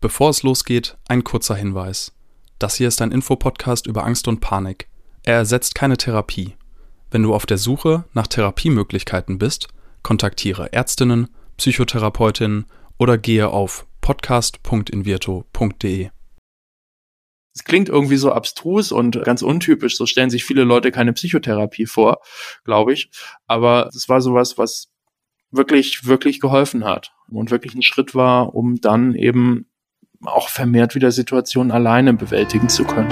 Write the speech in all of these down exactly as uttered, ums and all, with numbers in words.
Bevor es losgeht, ein kurzer Hinweis. Das hier ist ein Infopodcast über Angst und Panik. Er ersetzt keine Therapie. Wenn du auf der Suche nach Therapiemöglichkeiten bist, kontaktiere Ärztinnen, Psychotherapeutinnen oder gehe auf podcast punkt invirto punkt de. Es klingt irgendwie so abstrus und ganz untypisch, so stellen sich viele Leute keine Psychotherapie vor, glaube ich. Aber es war sowas, was wirklich, wirklich geholfen hat und wirklich ein Schritt war, um dann eben auch vermehrt wieder Situationen alleine bewältigen zu können.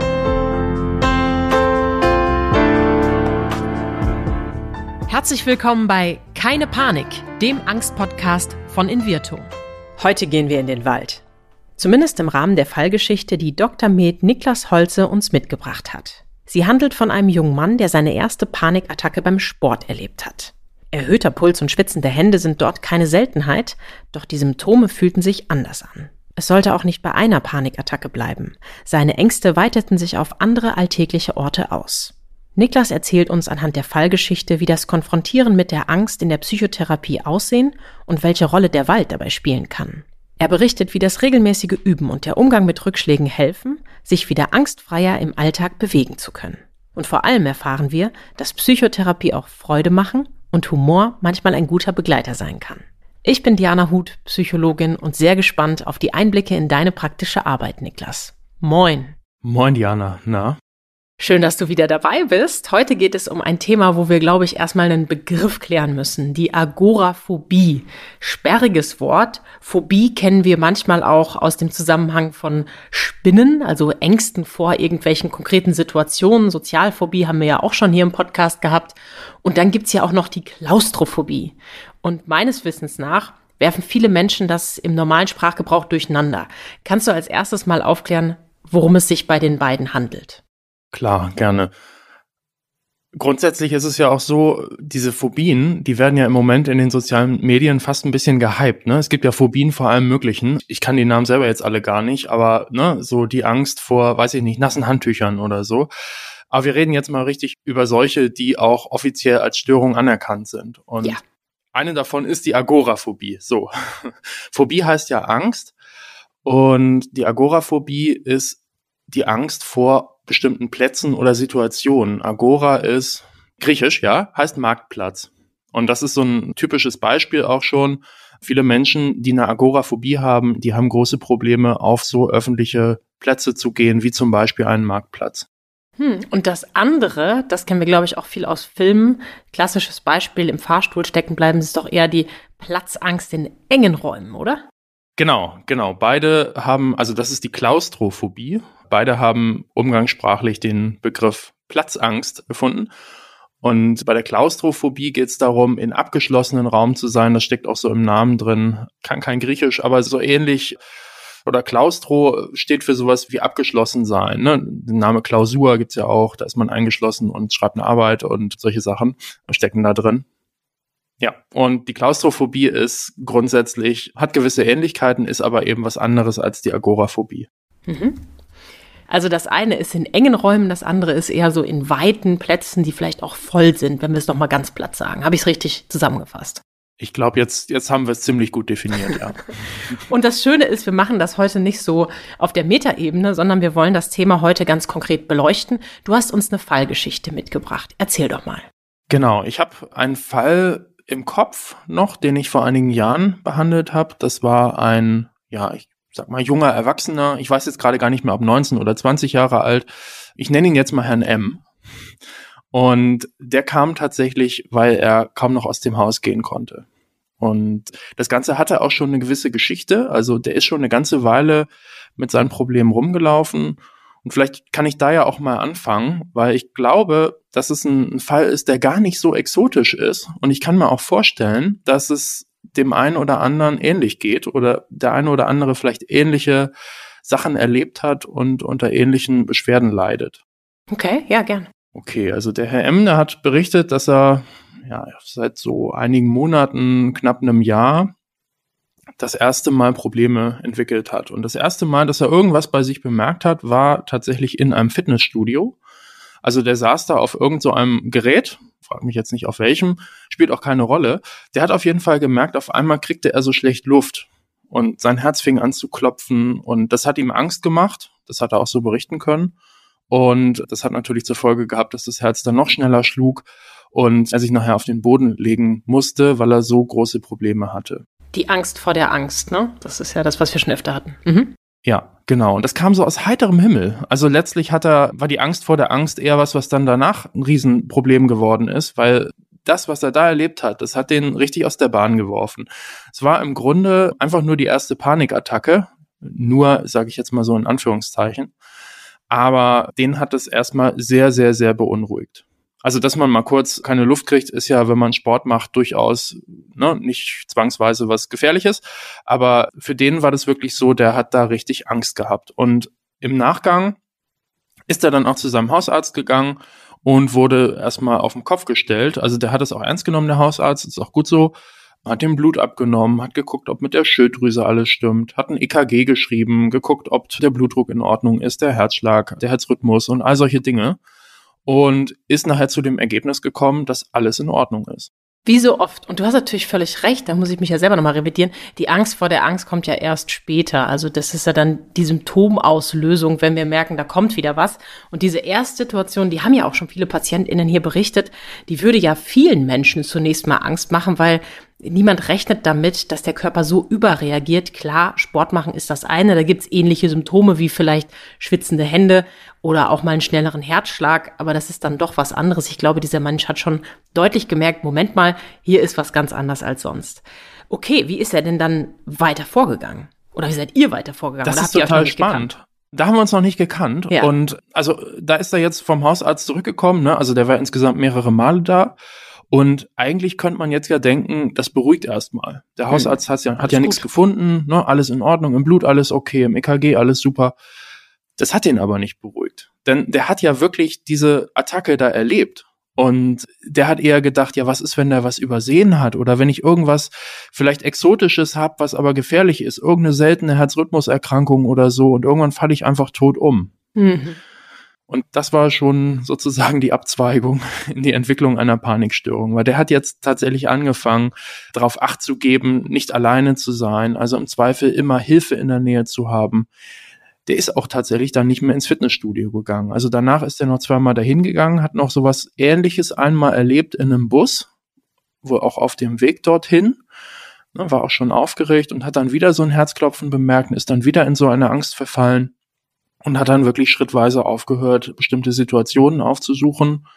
Herzlich willkommen bei Keine Panik, dem Angstpodcast von Invirto. Heute gehen wir in den Wald. Zumindest im Rahmen der Fallgeschichte, die Doktor Med Niklas Holze uns mitgebracht hat. Sie handelt von einem jungen Mann, der seine erste Panikattacke beim Sport erlebt hat. Erhöhter Puls und schwitzende Hände sind dort keine Seltenheit, doch die Symptome fühlten sich anders an. Es sollte auch nicht bei einer Panikattacke bleiben. Seine Ängste weiteten sich auf andere alltägliche Orte aus. Niklas erzählt uns anhand der Fallgeschichte, wie das Konfrontieren mit der Angst in der Psychotherapie aussehen und welche Rolle der Wald dabei spielen kann. Er berichtet, wie das regelmäßige Üben und der Umgang mit Rückschlägen helfen, sich wieder angstfreier im Alltag bewegen zu können. Und vor allem erfahren wir, dass Psychotherapie auch Freude machen und Humor manchmal ein guter Begleiter sein kann. Ich bin Diana Huth, Psychologin und sehr gespannt auf die Einblicke in deine praktische Arbeit, Niklas. Moin. Moin, Diana. Na? Schön, dass du wieder dabei bist. Heute geht es um ein Thema, wo wir, glaube ich, erstmal einen Begriff klären müssen. Die Agoraphobie. Sperriges Wort. Phobie kennen wir manchmal auch aus dem Zusammenhang von Spinnen, also Ängsten vor irgendwelchen konkreten Situationen. Sozialphobie haben wir ja auch schon hier im Podcast gehabt. Und dann gibt's ja auch noch die Klaustrophobie. Und meines Wissens nach werfen viele Menschen das im normalen Sprachgebrauch durcheinander. Kannst du als erstes mal aufklären, worum es sich bei den beiden handelt? Klar, gerne. Grundsätzlich ist es ja auch so, diese Phobien, die werden ja im Moment in den sozialen Medien fast ein bisschen gehypt, ne? Es gibt ja Phobien vor allem Möglichen. Ich kann die Namen selber jetzt alle gar nicht, aber ne, so die Angst vor, weiß ich nicht, nassen Handtüchern oder so. Aber wir reden jetzt mal richtig über solche, die auch offiziell als Störung anerkannt sind. Und ja. Eine davon ist die Agoraphobie. So, Phobie heißt ja Angst und die Agoraphobie ist die Angst vor bestimmten Plätzen oder Situationen. Agora ist griechisch, ja, heißt Marktplatz. Und das ist so ein typisches Beispiel auch schon. Viele Menschen, die eine Agoraphobie haben, die haben große Probleme, auf so öffentliche Plätze zu gehen, wie zum Beispiel einen Marktplatz. Hm. Und das andere, das kennen wir, glaube ich, auch viel aus Filmen. Klassisches Beispiel, im Fahrstuhl stecken bleiben, ist doch eher die Platzangst in engen Räumen, oder? Genau, genau. Beide haben, also das ist die Klaustrophobie. Beide haben umgangssprachlich den Begriff Platzangst erfunden. Und bei der Klaustrophobie geht es darum, in abgeschlossenen Raum zu sein. Das steckt auch so im Namen drin. Kann kein Griechisch, aber so ähnlich. Oder Klaustro steht für sowas wie abgeschlossen sein. Ne? Der Name Klausur gibt's ja auch. Da ist man eingeschlossen und schreibt eine Arbeit und solche Sachen stecken da drin. Ja, und die Klaustrophobie ist grundsätzlich, hat gewisse Ähnlichkeiten, ist aber eben was anderes als die Agoraphobie. Mhm. Also das eine ist in engen Räumen, das andere ist eher so in weiten Plätzen, die vielleicht auch voll sind, wenn wir es nochmal ganz platt sagen. Habe ich es richtig zusammengefasst? Ich glaube, jetzt, jetzt haben wir es ziemlich gut definiert, ja. Und das Schöne ist, wir machen das heute nicht so auf der Metaebene, sondern wir wollen das Thema heute ganz konkret beleuchten. Du hast uns eine Fallgeschichte mitgebracht. Erzähl doch mal. Genau, ich habe einen Fall im Kopf noch, den ich vor einigen Jahren behandelt habe. Das war ein, ja, ich sag mal, junger Erwachsener. Ich weiß jetzt gerade gar nicht mehr, ob neunzehn oder zwanzig Jahre alt. Ich nenne ihn jetzt mal Herrn M. Und der kam tatsächlich, weil er kaum noch aus dem Haus gehen konnte. Und das Ganze hatte auch schon eine gewisse Geschichte. Also der ist schon eine ganze Weile mit seinen Problemen rumgelaufen. Und vielleicht kann ich da ja auch mal anfangen, weil ich glaube, dass es ein Fall ist, der gar nicht so exotisch ist. Und ich kann mir auch vorstellen, dass es dem einen oder anderen ähnlich geht oder der eine oder andere vielleicht ähnliche Sachen erlebt hat und unter ähnlichen Beschwerden leidet. Okay, ja, gern. Okay, also der Herr M., der hat berichtet, dass er ja seit so einigen Monaten, knapp einem Jahr, das erste Mal Probleme entwickelt hat. Und das erste Mal, dass er irgendwas bei sich bemerkt hat, war tatsächlich in einem Fitnessstudio. Also der saß da auf irgend so einem Gerät, frag mich jetzt nicht auf welchem, spielt auch keine Rolle. Der hat auf jeden Fall gemerkt, auf einmal kriegte er so schlecht Luft. Und sein Herz fing an zu klopfen und das hat ihm Angst gemacht. Das hat er auch so berichten können. Und das hat natürlich zur Folge gehabt, dass das Herz dann noch schneller schlug und er sich nachher auf den Boden legen musste, weil er so große Probleme hatte. Die Angst vor der Angst, ne? Das ist ja das, was wir schon öfter hatten. Mhm. Ja, genau. Und das kam so aus heiterem Himmel. Also letztlich hat er, war die Angst vor der Angst eher was, was dann danach ein Riesenproblem geworden ist, weil das, was er da erlebt hat, das hat den richtig aus der Bahn geworfen. Es war im Grunde einfach nur die erste Panikattacke. Nur, sage ich jetzt mal so in Anführungszeichen. Aber den hat es erstmal sehr, sehr, sehr beunruhigt. Also, dass man mal kurz keine Luft kriegt, ist ja, wenn man Sport macht, durchaus ne, nicht zwangsweise was Gefährliches. Aber für den war das wirklich so, der hat da richtig Angst gehabt. Und im Nachgang ist er dann auch zu seinem Hausarzt gegangen und wurde erstmal auf den Kopf gestellt. Also der hat es auch ernst genommen, der Hausarzt, ist auch gut so. Hat dem Blut abgenommen, hat geguckt, ob mit der Schilddrüse alles stimmt, hat ein E K G geschrieben, geguckt, ob der Blutdruck in Ordnung ist, der Herzschlag, der Herzrhythmus und all solche Dinge. Und ist nachher zu dem Ergebnis gekommen, dass alles in Ordnung ist. Wie so oft. Und du hast natürlich völlig recht, da muss ich mich ja selber nochmal revidieren. Die Angst vor der Angst kommt ja erst später. Also das ist ja dann die Symptomauslösung, wenn wir merken, da kommt wieder was. Und diese Erstsituation, die haben ja auch schon viele PatientInnen hier berichtet, die würde ja vielen Menschen zunächst mal Angst machen, weil niemand rechnet damit, dass der Körper so überreagiert. Klar, Sport machen ist das eine, da gibt's ähnliche Symptome wie vielleicht schwitzende Hände oder auch mal einen schnelleren Herzschlag, aber das ist dann doch was anderes. Ich glaube, dieser Mensch hat schon deutlich gemerkt, Moment mal, hier ist was ganz anders als sonst. Okay, wie ist er denn dann weiter vorgegangen? Oder wie seid ihr weiter vorgegangen? Das Oder ist total spannend. Gekannt? Da haben wir uns noch nicht gekannt. Ja. Und also da ist er jetzt vom Hausarzt zurückgekommen, ne? Also der war insgesamt mehrere Male da. Und eigentlich könnte man jetzt ja denken, das beruhigt erstmal. Der Hausarzt hat ja, hat ja nichts gefunden, ne? Alles in Ordnung, im Blut alles okay, im E K G alles super. Das hat ihn aber nicht beruhigt. Denn der hat ja wirklich diese Attacke da erlebt. Und der hat eher gedacht, ja, was ist, wenn der was übersehen hat? Oder wenn ich irgendwas vielleicht Exotisches habe, was aber gefährlich ist, irgendeine seltene Herzrhythmuserkrankung oder so, und irgendwann falle ich einfach tot um. Mhm. Und das war schon sozusagen die Abzweigung in die Entwicklung einer Panikstörung, weil der hat jetzt tatsächlich angefangen, darauf Acht zu geben, nicht alleine zu sein, also im Zweifel immer Hilfe in der Nähe zu haben. Der ist auch tatsächlich dann nicht mehr ins Fitnessstudio gegangen. Also danach ist er noch zweimal dahin gegangen, hat noch sowas Ähnliches einmal erlebt in einem Bus, wo auch auf dem Weg dorthin, ne, war auch schon aufgeregt und hat dann wieder so ein Herzklopfen bemerkt und ist dann wieder in so eine Angst verfallen. Und hat dann wirklich schrittweise aufgehört, bestimmte Situationen aufzusuchen.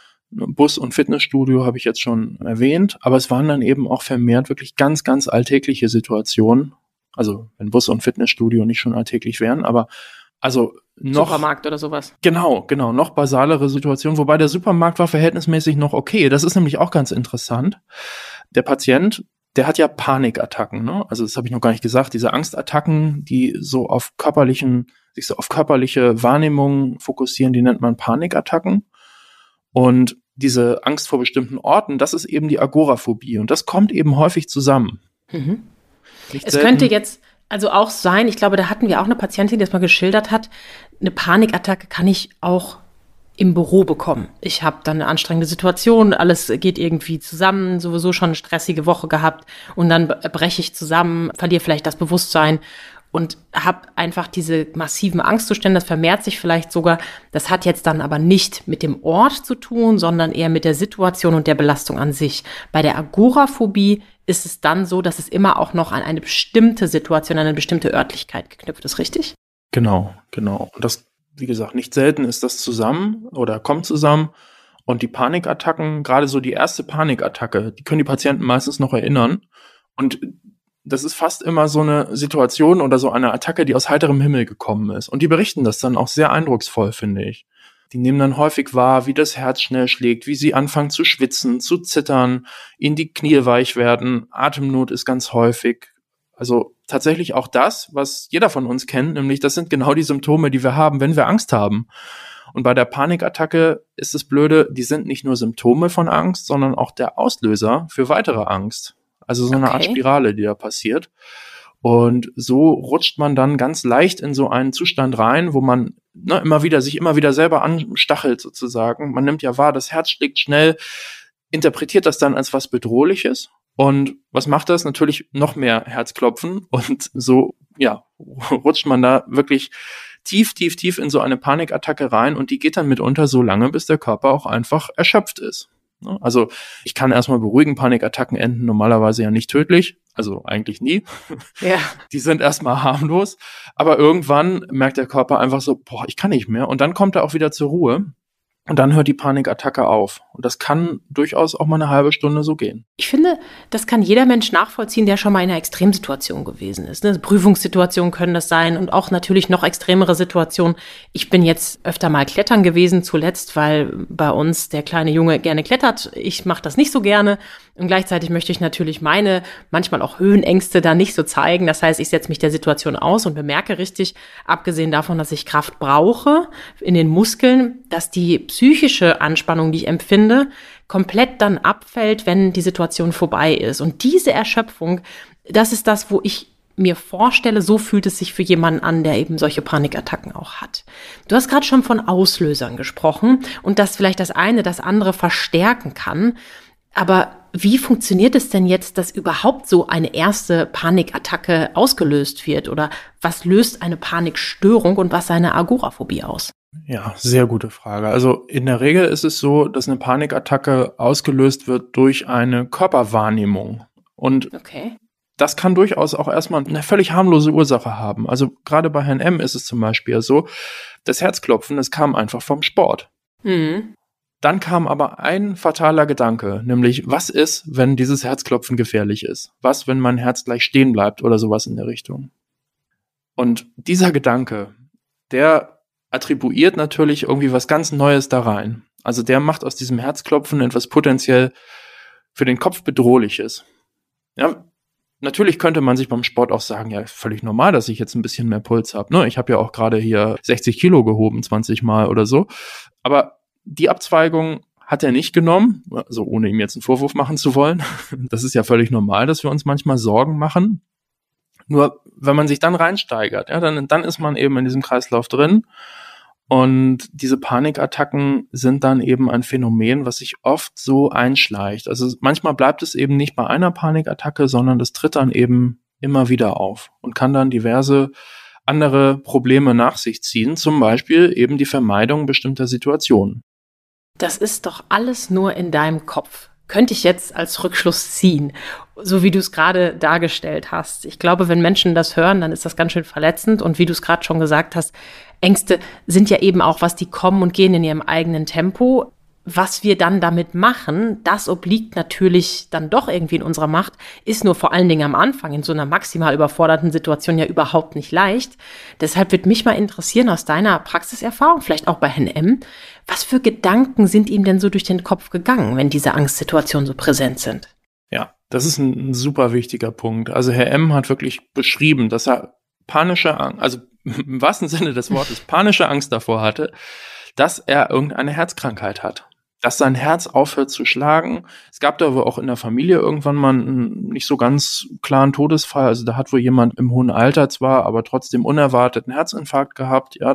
Bus und Fitnessstudio habe ich jetzt schon erwähnt, aber es waren dann eben auch vermehrt wirklich ganz, ganz alltägliche Situationen. Also wenn Bus und Fitnessstudio nicht schon alltäglich wären, aber also noch... Supermarkt oder sowas. Genau, genau, noch basalere Situationen, wobei der Supermarkt war verhältnismäßig noch okay. Das ist nämlich auch ganz interessant. Der Patient, der hat ja Panikattacken, ne? Also das habe ich noch gar nicht gesagt. Diese Angstattacken, die so auf körperlichen... sich so auf körperliche Wahrnehmungen fokussieren, die nennt man Panikattacken. Und diese Angst vor bestimmten Orten, das ist eben die Agoraphobie. Und das kommt eben häufig zusammen. Mhm. Es selten. Könnte jetzt also auch sein, ich glaube, da hatten wir auch eine Patientin, die das mal geschildert hat, eine Panikattacke kann ich auch im Büro bekommen. Ich habe dann eine anstrengende Situation, alles geht irgendwie zusammen, sowieso schon eine stressige Woche gehabt und dann breche ich zusammen, verliere vielleicht das Bewusstsein und habe einfach diese massiven Angstzustände, das vermehrt sich vielleicht sogar. Das hat jetzt dann aber nicht mit dem Ort zu tun, sondern eher mit der Situation und der Belastung an sich. Bei der Agoraphobie ist es dann so, dass es immer auch noch an eine bestimmte Situation, an eine bestimmte Örtlichkeit geknüpft ist, richtig? Genau, genau. Und das, wie gesagt, nicht selten ist das zusammen oder kommt zusammen. Und die Panikattacken, gerade so die erste Panikattacke, die können die Patienten meistens noch erinnern. Und das ist fast immer so eine Situation oder so eine Attacke, die aus heiterem Himmel gekommen ist. Und die berichten das dann auch sehr eindrucksvoll, finde ich. Die nehmen dann häufig wahr, wie das Herz schnell schlägt, wie sie anfangen zu schwitzen, zu zittern, ihnen die Knie weich werden. Atemnot ist ganz häufig. Also tatsächlich auch das, was jeder von uns kennt, nämlich das sind genau die Symptome, die wir haben, wenn wir Angst haben. Und bei der Panikattacke ist es blöde, die sind nicht nur Symptome von Angst, sondern auch der Auslöser für weitere Angst. Also so eine okay. Art Spirale, die da passiert. Und so rutscht man dann ganz leicht in so einen Zustand rein, wo man ne, immer wieder sich immer wieder selber anstachelt sozusagen. Man nimmt ja wahr, das Herz schlägt schnell, interpretiert das dann als was Bedrohliches Und was macht das? Natürlich noch mehr Herzklopfen und so, ja, rutscht man da wirklich tief, tief, tief in so eine Panikattacke rein und die geht dann mitunter so lange, bis der Körper auch einfach erschöpft ist. Also ich kann erstmal beruhigen, Panikattacken enden normalerweise ja nicht tödlich, also eigentlich nie. Ja. Die sind erstmal harmlos, aber irgendwann merkt der Körper einfach so, boah, ich kann nicht mehr und dann kommt er auch wieder zur Ruhe. Und dann hört die Panikattacke auf. Und das kann durchaus auch mal eine halbe Stunde so gehen. Ich finde, das kann jeder Mensch nachvollziehen, der schon mal in einer Extremsituation gewesen ist. Ne? Prüfungssituationen können das sein und auch natürlich noch extremere Situationen. Ich bin jetzt öfter mal klettern gewesen, zuletzt, weil bei uns der kleine Junge gerne klettert. Ich mache das nicht so gerne. Und gleichzeitig möchte ich natürlich meine, manchmal auch Höhenängste da nicht so zeigen. Das heißt, ich setze mich der Situation aus und bemerke richtig, abgesehen davon, dass ich Kraft brauche in den Muskeln, dass die psychische Anspannung, die ich empfinde, komplett dann abfällt, wenn die Situation vorbei ist. Und diese Erschöpfung, das ist das, wo ich mir vorstelle, so fühlt es sich für jemanden an, der eben solche Panikattacken auch hat. Du hast gerade schon von Auslösern gesprochen und dass vielleicht das eine das andere verstärken kann. Aber wie funktioniert es denn jetzt, dass überhaupt so eine erste Panikattacke ausgelöst wird? Oder was löst eine Panikstörung und was eine Agoraphobie aus? Ja, sehr gute Frage. Also in der Regel ist es so, dass eine Panikattacke ausgelöst wird durch eine Körperwahrnehmung. Und okay. Das kann durchaus auch erstmal eine völlig harmlose Ursache haben. Also gerade bei Herrn M. ist es zum Beispiel so, das Herzklopfen, das kam einfach vom Sport. Mhm. Dann kam aber ein fataler Gedanke, nämlich was ist, wenn dieses Herzklopfen gefährlich ist? Was, wenn mein Herz gleich stehen bleibt oder sowas in der Richtung? Und dieser Gedanke, der attribuiert natürlich irgendwie was ganz Neues da rein. Also der macht aus diesem Herzklopfen etwas potenziell für den Kopf Bedrohliches. Ja, natürlich könnte man sich beim Sport auch sagen, ja, völlig normal, dass ich jetzt ein bisschen mehr Puls habe. Ne? Ich habe ja auch gerade hier sechzig Kilo gehoben, zwanzig Mal oder so. Aber die Abzweigung hat er nicht genommen, also ohne ihm jetzt einen Vorwurf machen zu wollen. Das ist ja völlig normal, dass wir uns manchmal Sorgen machen. Nur wenn man sich dann reinsteigert, ja, dann, dann ist man eben in diesem Kreislauf drin. Und diese Panikattacken sind dann eben ein Phänomen, was sich oft so einschleicht. Also manchmal bleibt es eben nicht bei einer Panikattacke, sondern das tritt dann eben immer wieder auf und kann dann diverse andere Probleme nach sich ziehen, zum Beispiel eben die Vermeidung bestimmter Situationen. Das ist doch alles nur in deinem Kopf. Könnte ich jetzt als Rückschluss ziehen, so wie du es gerade dargestellt hast. Ich glaube, wenn Menschen das hören, dann ist das ganz schön verletzend. Und wie du es gerade schon gesagt hast, Ängste sind ja eben auch was, die kommen und gehen in ihrem eigenen Tempo. Was wir dann damit machen, das obliegt natürlich dann doch irgendwie in unserer Macht, ist nur vor allen Dingen am Anfang in so einer maximal überforderten Situation ja überhaupt nicht leicht. Deshalb würde mich mal interessieren, aus deiner Praxiserfahrung, vielleicht auch bei Herrn M., was für Gedanken sind ihm denn so durch den Kopf gegangen, wenn diese Angstsituationen so präsent sind? Ja, das ist ein, ein super wichtiger Punkt. Also Herr M. hat wirklich beschrieben, dass er panische Angst, also im wahrsten Sinne des Wortes panische Angst davor hatte, dass er irgendeine Herzkrankheit hat. Dass sein Herz aufhört zu schlagen. Es gab da aber auch in der Familie irgendwann mal einen nicht so ganz klaren Todesfall. Also da hat wohl jemand im hohen Alter zwar, aber trotzdem unerwartet einen Herzinfarkt gehabt. Ja,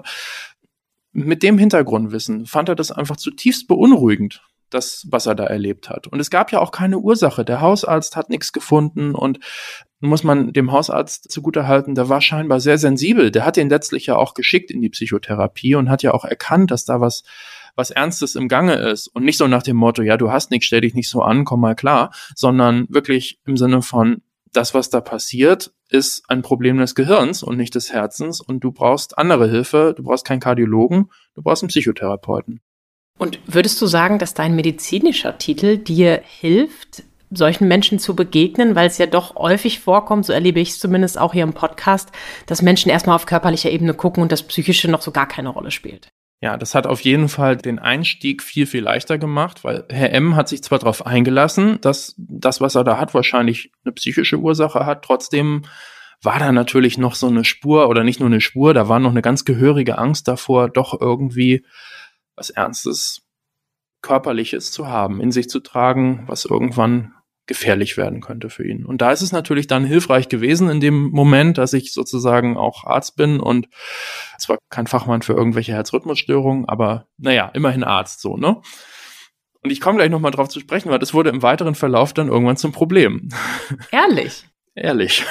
mit dem Hintergrundwissen fand er das einfach zutiefst beunruhigend, das, was er da erlebt hat. Und es gab ja auch keine Ursache. Der Hausarzt hat nichts gefunden und muss man dem Hausarzt zugutehalten, der war scheinbar sehr sensibel. Der hat ihn letztlich ja auch geschickt in die Psychotherapie und hat ja auch erkannt, dass da was was Ernstes im Gange ist und nicht so nach dem Motto, ja, du hast nichts, stell dich nicht so an, komm mal klar, sondern wirklich im Sinne von, das, was da passiert, ist ein Problem des Gehirns und nicht des Herzens und du brauchst andere Hilfe, du brauchst keinen Kardiologen, du brauchst einen Psychotherapeuten. Und würdest du sagen, dass dein medizinischer Titel dir hilft, solchen Menschen zu begegnen, weil es ja doch häufig vorkommt, so erlebe ich es zumindest auch hier im Podcast, dass Menschen erstmal auf körperlicher Ebene gucken und das Psychische noch so gar keine Rolle spielt? Ja, das hat auf jeden Fall den Einstieg viel, viel leichter gemacht, weil Herr M. hat sich zwar darauf eingelassen, dass das, was er da hat, wahrscheinlich eine psychische Ursache hat. Trotzdem war da natürlich noch so eine Spur oder nicht nur eine Spur, da war noch eine ganz gehörige Angst davor, doch irgendwie was Ernstes, Körperliches zu haben, in sich zu tragen, was irgendwann gefährlich werden könnte für ihn. Und da ist es natürlich dann hilfreich gewesen in dem Moment, dass ich sozusagen auch Arzt bin und zwar kein Fachmann für irgendwelche Herzrhythmusstörungen, aber naja, immerhin Arzt so, ne? Und ich komme gleich nochmal drauf zu sprechen, weil das wurde im weiteren Verlauf dann irgendwann zum Problem. Ehrlich? Ehrlich.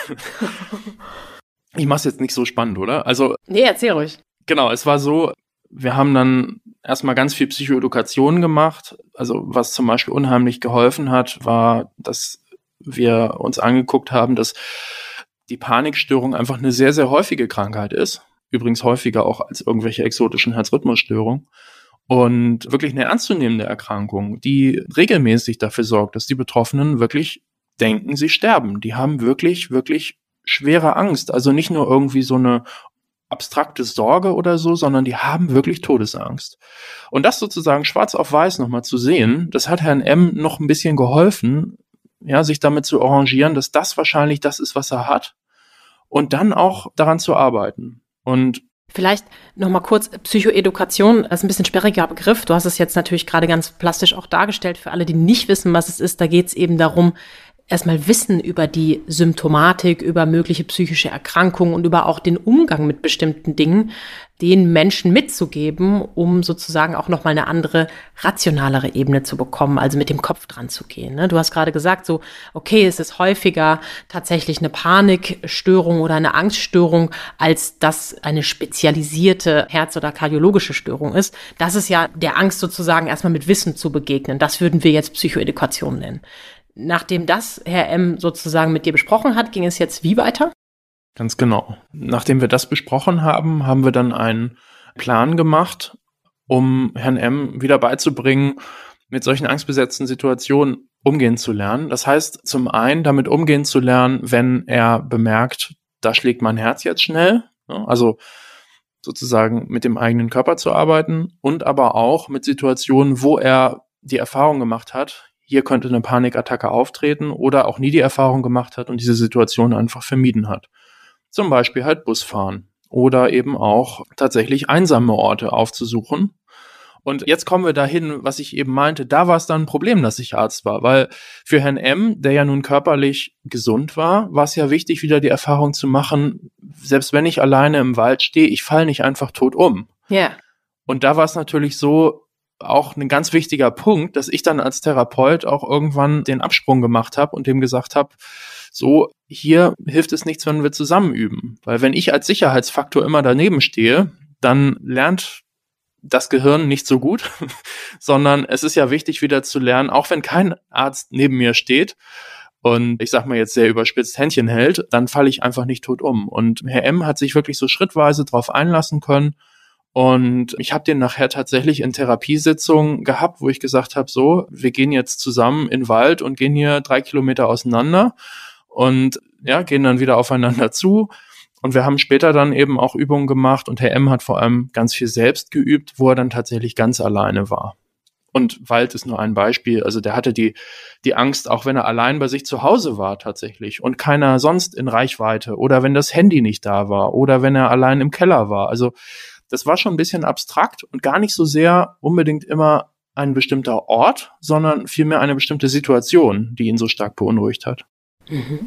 Ich mach's jetzt nicht so spannend, oder? Also. Nee, erzähl ruhig. Genau, es war so, wir haben dann erstmal ganz viel Psychoedukation gemacht. Also was zum Beispiel unheimlich geholfen hat, war, dass wir uns angeguckt haben, dass die Panikstörung einfach eine sehr, sehr häufige Krankheit ist. Übrigens häufiger auch als irgendwelche exotischen Herzrhythmusstörungen. Und wirklich eine ernstzunehmende Erkrankung, die regelmäßig dafür sorgt, dass die Betroffenen wirklich denken, sie sterben. Die haben wirklich, wirklich schwere Angst. Also nicht nur irgendwie so eine abstrakte Sorge oder so, sondern die haben wirklich Todesangst. Und das sozusagen schwarz auf weiß nochmal zu sehen, das hat Herrn M. noch ein bisschen geholfen, ja, sich damit zu arrangieren, dass das wahrscheinlich das ist, was er hat, und dann auch daran zu arbeiten. Und vielleicht nochmal kurz, Psychoedukation ist ein bisschen sperriger Begriff. Du hast es jetzt natürlich gerade ganz plastisch auch dargestellt. Für alle, die nicht wissen, was es ist, da geht es eben darum, erstmal Wissen über die Symptomatik, über mögliche psychische Erkrankungen und über auch den Umgang mit bestimmten Dingen den Menschen mitzugeben, um sozusagen auch nochmal eine andere, rationalere Ebene zu bekommen, also mit dem Kopf dran zu gehen. Ne? Du hast gerade gesagt, so, okay, es ist häufiger tatsächlich eine Panikstörung oder eine Angststörung, als dass eine spezialisierte Herz- oder kardiologische Störung ist. Das ist ja der Angst sozusagen erstmal mit Wissen zu begegnen. Das würden wir jetzt Psychoedukation nennen. Nachdem das Herr M. sozusagen mit dir besprochen hat, ging es jetzt wie weiter? Ganz genau. Nachdem wir das besprochen haben, haben wir dann einen Plan gemacht, um Herrn M. wieder beizubringen, mit solchen angstbesetzten Situationen umgehen zu lernen. Das heißt, zum einen damit umgehen zu lernen, wenn er bemerkt, da schlägt mein Herz jetzt schnell, also sozusagen mit dem eigenen Körper zu arbeiten, und aber auch mit Situationen, wo er die Erfahrung gemacht hat, hier könnte eine Panikattacke auftreten, oder auch nie die Erfahrung gemacht hat und diese Situation einfach vermieden hat. Zum Beispiel halt Busfahren oder eben auch tatsächlich einsame Orte aufzusuchen. Und jetzt kommen wir dahin, was ich eben meinte, da war es dann ein Problem, dass ich Arzt war, weil für Herrn M., der ja nun körperlich gesund war, war es ja wichtig, wieder die Erfahrung zu machen, selbst wenn ich alleine im Wald stehe, ich falle nicht einfach tot um. Ja. Yeah. Und da war es natürlich so, auch ein ganz wichtiger Punkt, dass ich dann als Therapeut auch irgendwann den Absprung gemacht habe und dem gesagt habe, so, hier hilft es nichts, wenn wir zusammen üben. Weil wenn ich als Sicherheitsfaktor immer daneben stehe, dann lernt das Gehirn nicht so gut, sondern es ist ja wichtig, wieder zu lernen, auch wenn kein Arzt neben mir steht und ich sag mal jetzt sehr überspitzt Händchen hält, dann falle ich einfach nicht tot um. Und Herr M. hat sich wirklich so schrittweise drauf einlassen können. Und ich habe den nachher tatsächlich in Therapiesitzungen gehabt, wo ich gesagt habe, so, wir gehen jetzt zusammen in den Wald und gehen hier drei Kilometer auseinander und ja, gehen dann wieder aufeinander zu. Und wir haben später dann eben auch Übungen gemacht und Herr M. hat vor allem ganz viel selbst geübt, wo er dann tatsächlich ganz alleine war. Und Wald ist nur ein Beispiel. Also der hatte die die Angst, auch wenn er allein bei sich zu Hause war tatsächlich und keiner sonst in Reichweite, oder wenn das Handy nicht da war oder wenn er allein im Keller war. Also das war schon ein bisschen abstrakt und gar nicht so sehr unbedingt immer ein bestimmter Ort, sondern vielmehr eine bestimmte Situation, die ihn so stark beunruhigt hat. Mhm.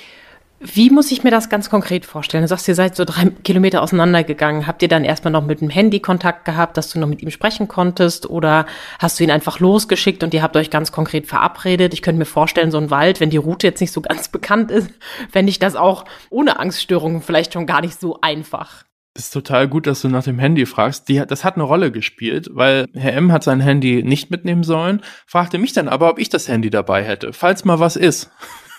Wie muss ich mir das ganz konkret vorstellen? Du sagst, ihr seid so drei Kilometer auseinandergegangen. Habt ihr dann erstmal noch mit dem Handy Kontakt gehabt, dass du noch mit ihm sprechen konntest? Oder hast du ihn einfach losgeschickt und ihr habt euch ganz konkret verabredet? Ich könnte mir vorstellen, so ein Wald, wenn die Route jetzt nicht so ganz bekannt ist, fände ich das auch ohne Angststörungen vielleicht schon gar nicht so einfach. Ist total gut, dass du nach dem Handy fragst. Die, das hat eine Rolle gespielt, weil Herr M. hat sein Handy nicht mitnehmen sollen, fragte mich dann aber, ob ich das Handy dabei hätte, falls mal was ist.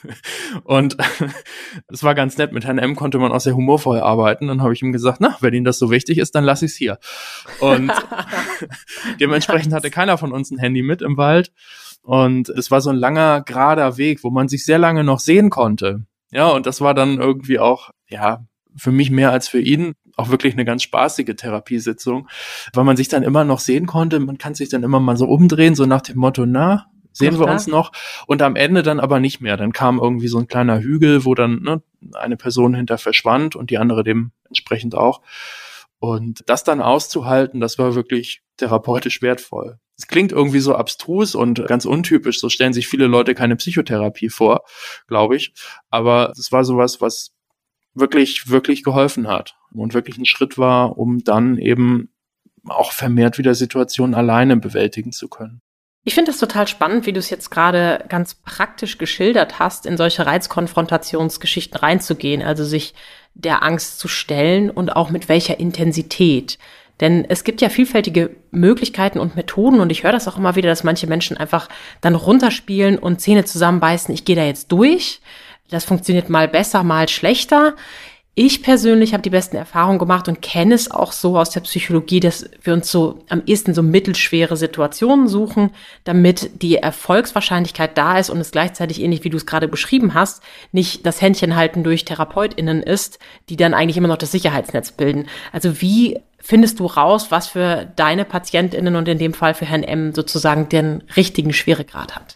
Und es war ganz nett, mit Herrn M. konnte man auch sehr humorvoll arbeiten. Dann habe ich ihm gesagt, na, wenn Ihnen das so wichtig ist, dann lass ich es hier. Und dementsprechend hatte keiner von uns ein Handy mit im Wald. Und es war so ein langer, gerader Weg, wo man sich sehr lange noch sehen konnte. Ja, und das war dann irgendwie auch, ja, für mich mehr als für ihn auch wirklich eine ganz spaßige Therapiesitzung, weil man sich dann immer noch sehen konnte. Man kann sich dann immer mal so umdrehen, so nach dem Motto, na, sehen Ach, wir uns noch, und am Ende dann aber nicht mehr. Dann kam irgendwie so ein kleiner Hügel, wo dann ne, eine Person hinter verschwand und die andere dementsprechend auch. Und das dann auszuhalten, das war wirklich therapeutisch wertvoll. Es klingt irgendwie so abstrus und ganz untypisch, so stellen sich viele Leute keine Psychotherapie vor, glaube ich. Aber es war sowas, was wirklich, wirklich geholfen hat und wirklich ein Schritt war, um dann eben auch vermehrt wieder Situationen alleine bewältigen zu können. Ich finde es total spannend, wie du es jetzt gerade ganz praktisch geschildert hast, in solche Reizkonfrontationsgeschichten reinzugehen, also sich der Angst zu stellen und auch mit welcher Intensität. Denn es gibt ja vielfältige Möglichkeiten und Methoden und ich höre das auch immer wieder, dass manche Menschen einfach dann runterspielen und Zähne zusammenbeißen, ich gehe da jetzt durch. Das funktioniert mal besser, mal schlechter. Ich persönlich habe die besten Erfahrungen gemacht und kenne es auch so aus der Psychologie, dass wir uns so am ehesten so mittelschwere Situationen suchen, damit die Erfolgswahrscheinlichkeit da ist und es gleichzeitig, ähnlich wie du es gerade beschrieben hast, nicht das Händchenhalten durch TherapeutInnen ist, die dann eigentlich immer noch das Sicherheitsnetz bilden. Also wie findest du raus, was für deine PatientInnen und in dem Fall für Herrn M. sozusagen den richtigen Schweregrad hat?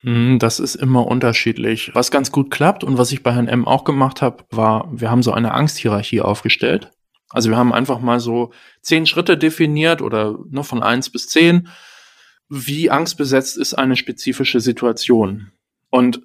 Das ist immer unterschiedlich. Was ganz gut klappt und was ich bei Herrn M. auch gemacht habe, war, wir haben so eine Angsthierarchie aufgestellt. Also wir haben einfach mal so zehn Schritte definiert oder ne, von eins bis zehn. Wie angstbesetzt ist eine spezifische Situation? Und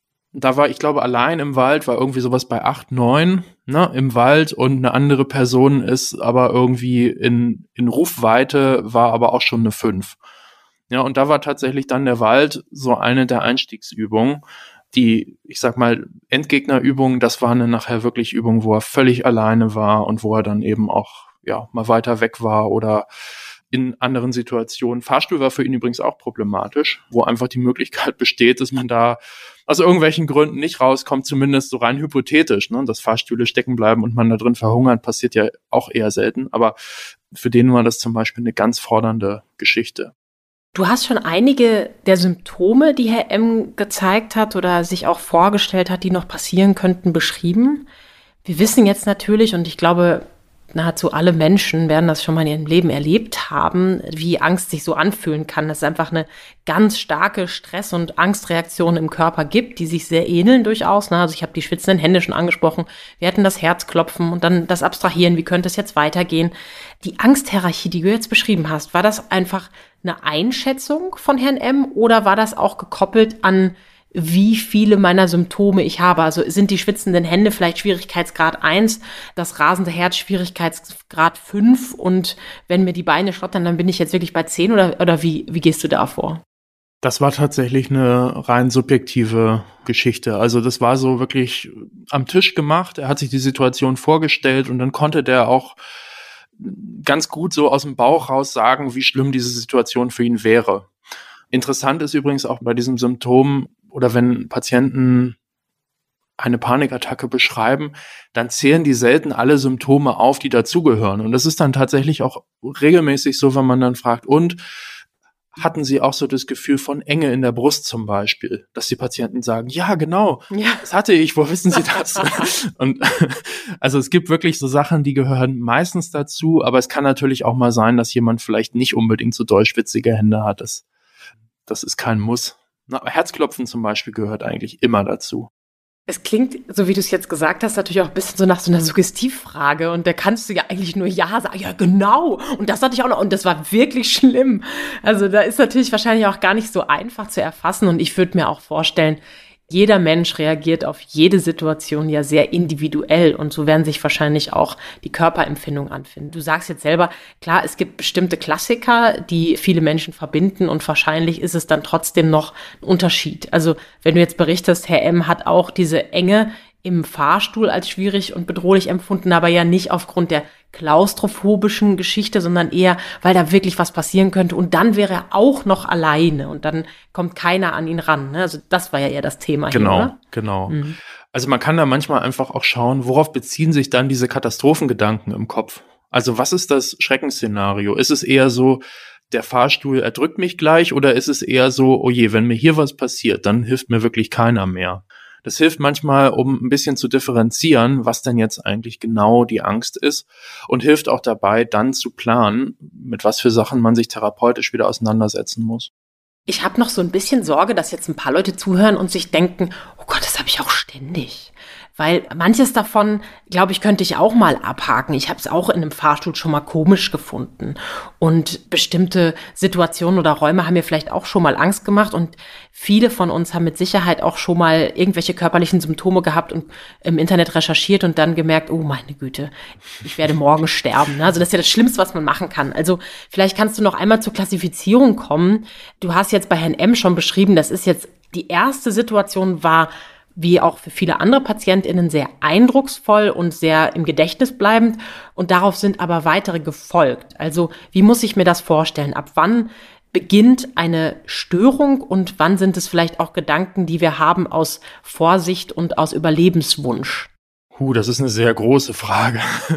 da war, ich glaube, allein im Wald war irgendwie sowas bei acht, neun, ne, im Wald und eine andere Person ist aber irgendwie in, in Rufweite, war aber auch schon eine fünf. Ja, und da war tatsächlich dann der Wald so eine der Einstiegsübungen. Die, ich sag mal, Endgegnerübungen, das war eine nachher wirklich Übung, wo er völlig alleine war und wo er dann eben auch, ja, mal weiter weg war oder in anderen Situationen. Fahrstuhl war für ihn übrigens auch problematisch, wo einfach die Möglichkeit besteht, dass man da aus irgendwelchen Gründen nicht rauskommt, zumindest so rein hypothetisch, ne, dass Fahrstühle stecken bleiben und man da drin verhungert, passiert ja auch eher selten. Aber für den war das zum Beispiel eine ganz fordernde Geschichte. Du hast schon einige der Symptome, die Herr M. gezeigt hat oder sich auch vorgestellt hat, die noch passieren könnten, beschrieben. Wir wissen jetzt natürlich, und ich glaube, nahezu alle Menschen werden das schon mal in ihrem Leben erlebt haben, wie Angst sich so anfühlen kann. Dass es einfach eine ganz starke Stress- und Angstreaktion im Körper gibt, die sich sehr ähneln durchaus. Also ich habe die schwitzenden Hände schon angesprochen. Wir hatten das Herzklopfen und dann das Abstrahieren. Wie könnte es jetzt weitergehen? Die Angsthierarchie, die du jetzt beschrieben hast, war das einfach eine Einschätzung von Herrn M. oder war das auch gekoppelt an wie viele meiner Symptome ich habe? Also sind die schwitzenden Hände vielleicht Schwierigkeitsgrad eins, das rasende Herz Schwierigkeitsgrad fünf und wenn mir die Beine schlottern, dann bin ich jetzt wirklich bei zehn oder, oder wie, wie gehst du da vor? Das war tatsächlich eine rein subjektive Geschichte. Also das war so wirklich am Tisch gemacht. Er hat sich die Situation vorgestellt und dann konnte der auch ganz gut so aus dem Bauch raus sagen, wie schlimm diese Situation für ihn wäre. Interessant ist übrigens auch bei diesem Symptom, oder wenn Patienten eine Panikattacke beschreiben, dann zählen die selten alle Symptome auf, die dazugehören. Und das ist dann tatsächlich auch regelmäßig so, wenn man dann fragt, und hatten Sie auch so das Gefühl von Enge in der Brust zum Beispiel, dass die Patienten sagen, ja, genau, ja. Das hatte ich, wo wissen Sie das? Und also es gibt wirklich so Sachen, die gehören meistens dazu, aber es kann natürlich auch mal sein, dass jemand vielleicht nicht unbedingt so doll schwitzige Hände hat. Das, das ist kein Muss. Na, Herzklopfen zum Beispiel gehört eigentlich immer dazu. Es klingt, so wie du es jetzt gesagt hast, natürlich auch ein bisschen so nach so einer Suggestivfrage. Und da kannst du ja eigentlich nur Ja sagen. Ja, genau. Und das hatte ich auch noch. Und das war wirklich schlimm. Also da ist natürlich wahrscheinlich auch gar nicht so einfach zu erfassen. Und ich würde mir auch vorstellen, jeder Mensch reagiert auf jede Situation ja sehr individuell und so werden sich wahrscheinlich auch die Körperempfindungen anfinden. Du sagst jetzt selber, klar, es gibt bestimmte Klassiker, die viele Menschen verbinden und wahrscheinlich ist es dann trotzdem noch ein Unterschied. Also wenn du jetzt berichtest, Herr M. hat auch diese Enge im Fahrstuhl als schwierig und bedrohlich empfunden, aber ja nicht aufgrund der klaustrophobischen Geschichte, sondern eher, weil da wirklich was passieren könnte und dann wäre er auch noch alleine und dann kommt keiner an ihn ran. Ne? Also das war ja eher das Thema genau, hier, oder? Genau, genau. Mhm. Also man kann da manchmal einfach auch schauen, worauf beziehen sich dann diese Katastrophengedanken im Kopf? Also was ist das Schreckensszenario? Ist es eher so, der Fahrstuhl erdrückt mich gleich oder ist es eher so, oh je, wenn mir hier was passiert, dann hilft mir wirklich keiner mehr? Das hilft manchmal, um ein bisschen zu differenzieren, was denn jetzt eigentlich genau die Angst ist und hilft auch dabei, dann zu planen, mit was für Sachen man sich therapeutisch wieder auseinandersetzen muss. Ich habe noch so ein bisschen Sorge, dass jetzt ein paar Leute zuhören und sich denken, oh Gott, das habe ich auch ständig. weil manches davon, glaube ich, könnte ich auch mal abhaken. Ich habe es auch in einem Fahrstuhl schon mal komisch gefunden und bestimmte Situationen oder Räume haben mir vielleicht auch schon mal Angst gemacht und viele von uns haben mit Sicherheit auch schon mal irgendwelche körperlichen Symptome gehabt und im Internet recherchiert und dann gemerkt, oh meine Güte, ich werde morgen sterben. Also das ist ja das Schlimmste, was man machen kann. Also vielleicht kannst du noch einmal zur Klassifizierung kommen. Du hast jetzt bei Herrn M. schon beschrieben, das ist jetzt die erste Situation war, wie auch für viele andere PatientInnen, sehr eindrucksvoll und sehr im Gedächtnis bleibend. Und darauf sind aber weitere gefolgt. Also wie muss ich mir das vorstellen? Ab wann beginnt eine Störung und wann sind es vielleicht auch Gedanken, die wir haben aus Vorsicht und aus Überlebenswunsch? Huh, das ist eine sehr große Frage.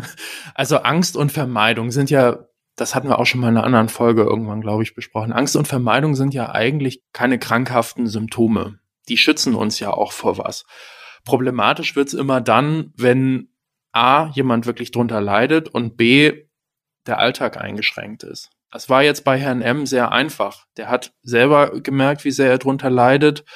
Also Angst und Vermeidung sind ja, das hatten wir auch schon mal in einer anderen Folge irgendwann, glaube ich, besprochen. Angst und Vermeidung sind ja eigentlich keine krankhaften Symptome. Die schützen uns ja auch vor was. Problematisch wird's immer dann, wenn A, jemand wirklich drunter leidet und B, der Alltag eingeschränkt ist. Das war jetzt bei Herrn M. sehr einfach. Der hat selber gemerkt, wie sehr er drunter leidet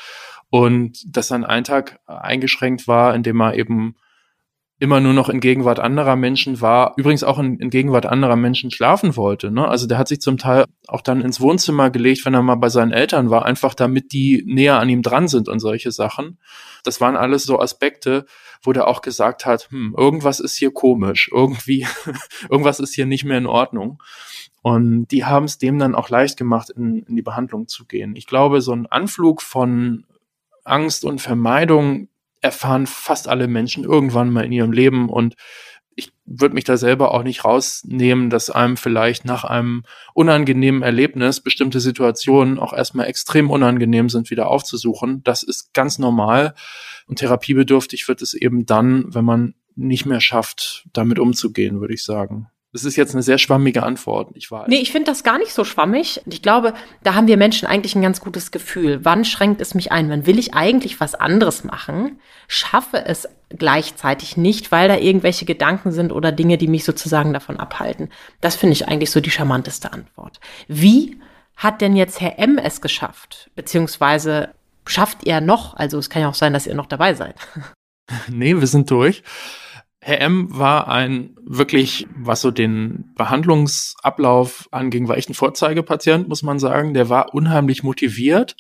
und dass sein Alltag eingeschränkt war, indem er eben immer nur noch in Gegenwart anderer Menschen war, übrigens auch in, in Gegenwart anderer Menschen schlafen wollte. Ne? Also der hat sich zum Teil auch dann ins Wohnzimmer gelegt, wenn er mal bei seinen Eltern war, einfach damit die näher an ihm dran sind und solche Sachen. Das waren alles so Aspekte, wo der auch gesagt hat, hm, irgendwas ist hier komisch, irgendwie, irgendwas ist hier nicht mehr in Ordnung. Und die haben es dem dann auch leicht gemacht, in, in die Behandlung zu gehen. Ich glaube, so ein Anflug von Angst und Vermeidung erfahren fast alle Menschen irgendwann mal in ihrem Leben und ich würde mich da selber auch nicht rausnehmen, dass einem vielleicht nach einem unangenehmen Erlebnis bestimmte Situationen auch erstmal extrem unangenehm sind, wieder aufzusuchen. Das ist ganz normal und therapiebedürftig wird es eben dann, wenn man nicht mehr schafft, damit umzugehen, würde ich sagen. Das ist jetzt eine sehr schwammige Antwort, ich weiß. Nee, ich finde das gar nicht so schwammig. Ich glaube, da haben wir Menschen eigentlich ein ganz gutes Gefühl. Wann schränkt es mich ein? Wann will ich eigentlich was anderes machen? Schaffe es gleichzeitig nicht, weil da irgendwelche Gedanken sind oder Dinge, die mich sozusagen davon abhalten. Das finde ich eigentlich so die charmanteste Antwort. Wie hat denn jetzt Herr M. es geschafft? Beziehungsweise schafft ihr noch? Also es kann ja auch sein, dass ihr noch dabei seid. Nee, wir sind durch. Herr M. war ein wirklich, was so den Behandlungsablauf anging, war echt ein Vorzeigepatient, muss man sagen. Der war unheimlich motiviert.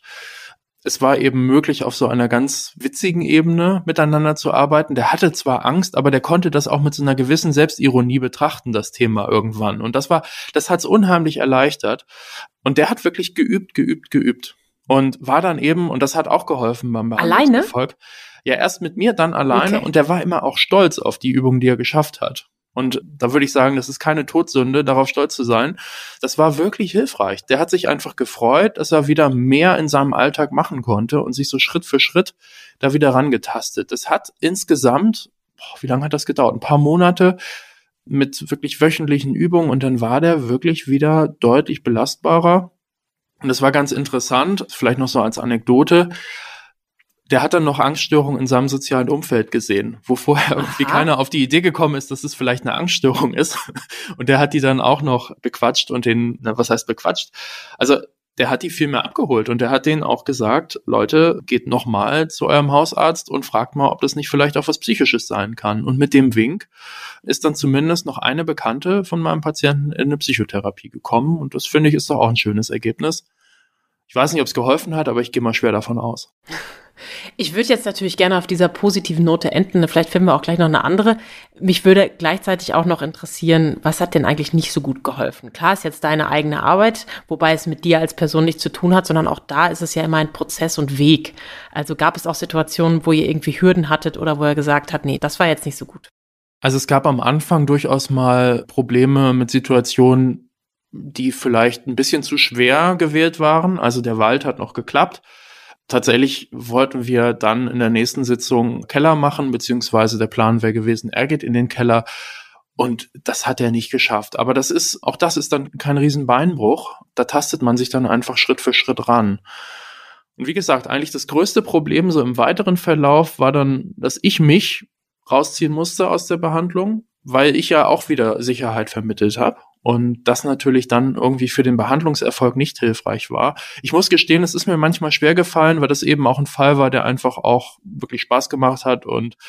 Es war eben möglich, auf so einer ganz witzigen Ebene miteinander zu arbeiten. Der hatte zwar Angst, aber der konnte das auch mit so einer gewissen Selbstironie betrachten, das Thema irgendwann. Und das war, das hat es unheimlich erleichtert. Und der hat wirklich geübt, geübt, geübt. Und war dann eben, und das hat auch geholfen beim Behandlungserfolg. Ja, erst mit mir, dann alleine. Okay. Und der war immer auch stolz auf die Übung, die er geschafft hat. Und da würde ich sagen, das ist keine Todsünde, darauf stolz zu sein. Das war wirklich hilfreich. Der hat sich einfach gefreut, dass er wieder mehr in seinem Alltag machen konnte und sich so Schritt für Schritt da wieder rangetastet. Das hat insgesamt, boah, wie lange hat das gedauert? Ein paar Monate mit wirklich wöchentlichen Übungen und dann war der wirklich wieder deutlich belastbarer. Und das war ganz interessant, vielleicht noch so als Anekdote. Der hat dann noch Angststörungen in seinem sozialen Umfeld gesehen, wo vorher irgendwie Aha. keiner auf die Idee gekommen ist, dass es vielleicht eine Angststörung ist. Und der hat die dann auch noch bequatscht und den, na, was heißt bequatscht? Also der hat die viel mehr abgeholt und der hat denen auch gesagt, Leute, geht noch mal zu eurem Hausarzt und fragt mal, ob das nicht vielleicht auch was Psychisches sein kann. Und mit dem Wink ist dann zumindest noch eine Bekannte von meinem Patienten in eine Psychotherapie gekommen. Und das finde ich ist doch auch ein schönes Ergebnis. Ich weiß nicht, ob es geholfen hat, aber ich gehe mal schwer davon aus. Ich würde jetzt natürlich gerne auf dieser positiven Note enden. Vielleicht finden wir auch gleich noch eine andere. Mich würde gleichzeitig auch noch interessieren, was hat denn eigentlich nicht so gut geholfen? Klar ist jetzt deine eigene Arbeit, wobei es mit dir als Person nichts zu tun hat, sondern auch da ist es ja immer ein Prozess und Weg. Also gab es auch Situationen, wo ihr irgendwie Hürden hattet oder wo er gesagt hat, nee, das war jetzt nicht so gut. Also es gab am Anfang durchaus mal Probleme mit Situationen, die vielleicht ein bisschen zu schwer gewählt waren. Also der Wald hat noch geklappt. Tatsächlich wollten wir dann in der nächsten Sitzung Keller machen, beziehungsweise der Plan wäre gewesen, er geht in den Keller und das hat er nicht geschafft. Aber das ist, auch das ist dann kein Riesenbeinbruch. Da tastet man sich dann einfach Schritt für Schritt ran. Und wie gesagt, eigentlich das größte Problem so im weiteren Verlauf war dann, dass ich mich rausziehen musste aus der Behandlung, weil ich ja auch wieder Sicherheit vermittelt habe. Und das natürlich dann irgendwie für den Behandlungserfolg nicht hilfreich war. Ich muss gestehen, es ist mir manchmal schwer gefallen, weil das eben auch ein Fall war, der einfach auch wirklich Spaß gemacht hat und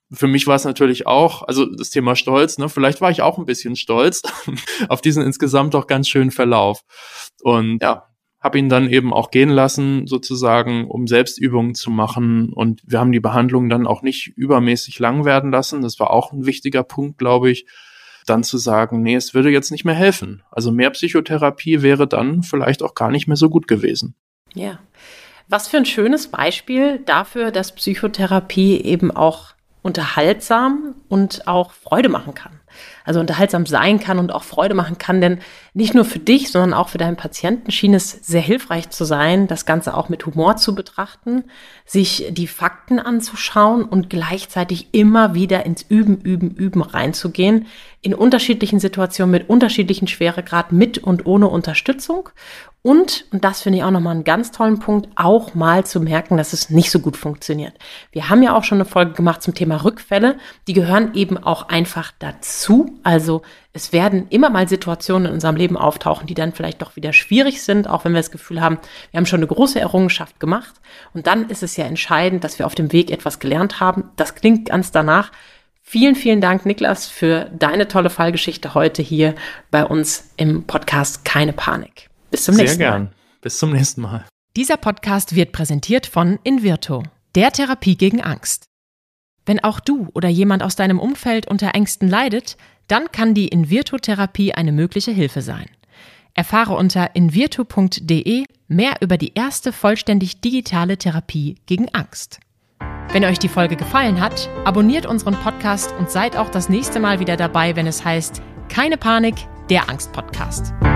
für mich war es natürlich auch, also das Thema Stolz, ne, vielleicht war ich auch ein bisschen stolz auf diesen insgesamt doch ganz schönen Verlauf. Und ja, habe ihn dann eben auch gehen lassen, sozusagen, um Selbstübungen zu machen. Und wir haben die Behandlung dann auch nicht übermäßig lang werden lassen. Das war auch ein wichtiger Punkt, glaube ich, dann zu sagen, nee, es würde jetzt nicht mehr helfen. Also mehr Psychotherapie wäre dann vielleicht auch gar nicht mehr so gut gewesen. Ja, was für ein schönes Beispiel dafür, dass Psychotherapie eben auch unterhaltsam und auch Freude machen kann. Also unterhaltsam sein kann und auch Freude machen kann, denn nicht nur für dich, sondern auch für deinen Patienten schien es sehr hilfreich zu sein, das Ganze auch mit Humor zu betrachten, sich die Fakten anzuschauen und gleichzeitig immer wieder ins Üben, Üben, Üben reinzugehen, in unterschiedlichen Situationen mit unterschiedlichen Schweregrad, mit und ohne Unterstützung. Und, und das finde ich auch nochmal einen ganz tollen Punkt, auch mal zu merken, dass es nicht so gut funktioniert. Wir haben ja auch schon eine Folge gemacht zum Thema Rückfälle. Die gehören eben auch einfach dazu. Also es werden immer mal Situationen in unserem Leben auftauchen, die dann vielleicht doch wieder schwierig sind, auch wenn wir das Gefühl haben, wir haben schon eine große Errungenschaft gemacht. Und dann ist es ja entscheidend, dass wir auf dem Weg etwas gelernt haben. Das klingt ganz danach. Vielen, vielen Dank, Niklas, für deine tolle Fallgeschichte heute hier bei uns im Podcast Keine Panik. Bis zum nächsten Mal. Sehr gern. Bis zum nächsten Mal. Dieser Podcast wird präsentiert von Invirto, der Therapie gegen Angst. Wenn auch du oder jemand aus deinem Umfeld unter Ängsten leidet, dann kann die Invirto-Therapie eine mögliche Hilfe sein. Erfahre unter invirto punkt de mehr über die erste vollständig digitale Therapie gegen Angst. Wenn euch die Folge gefallen hat, abonniert unseren Podcast und seid auch das nächste Mal wieder dabei, wenn es heißt Keine Panik, der Angst-Podcast.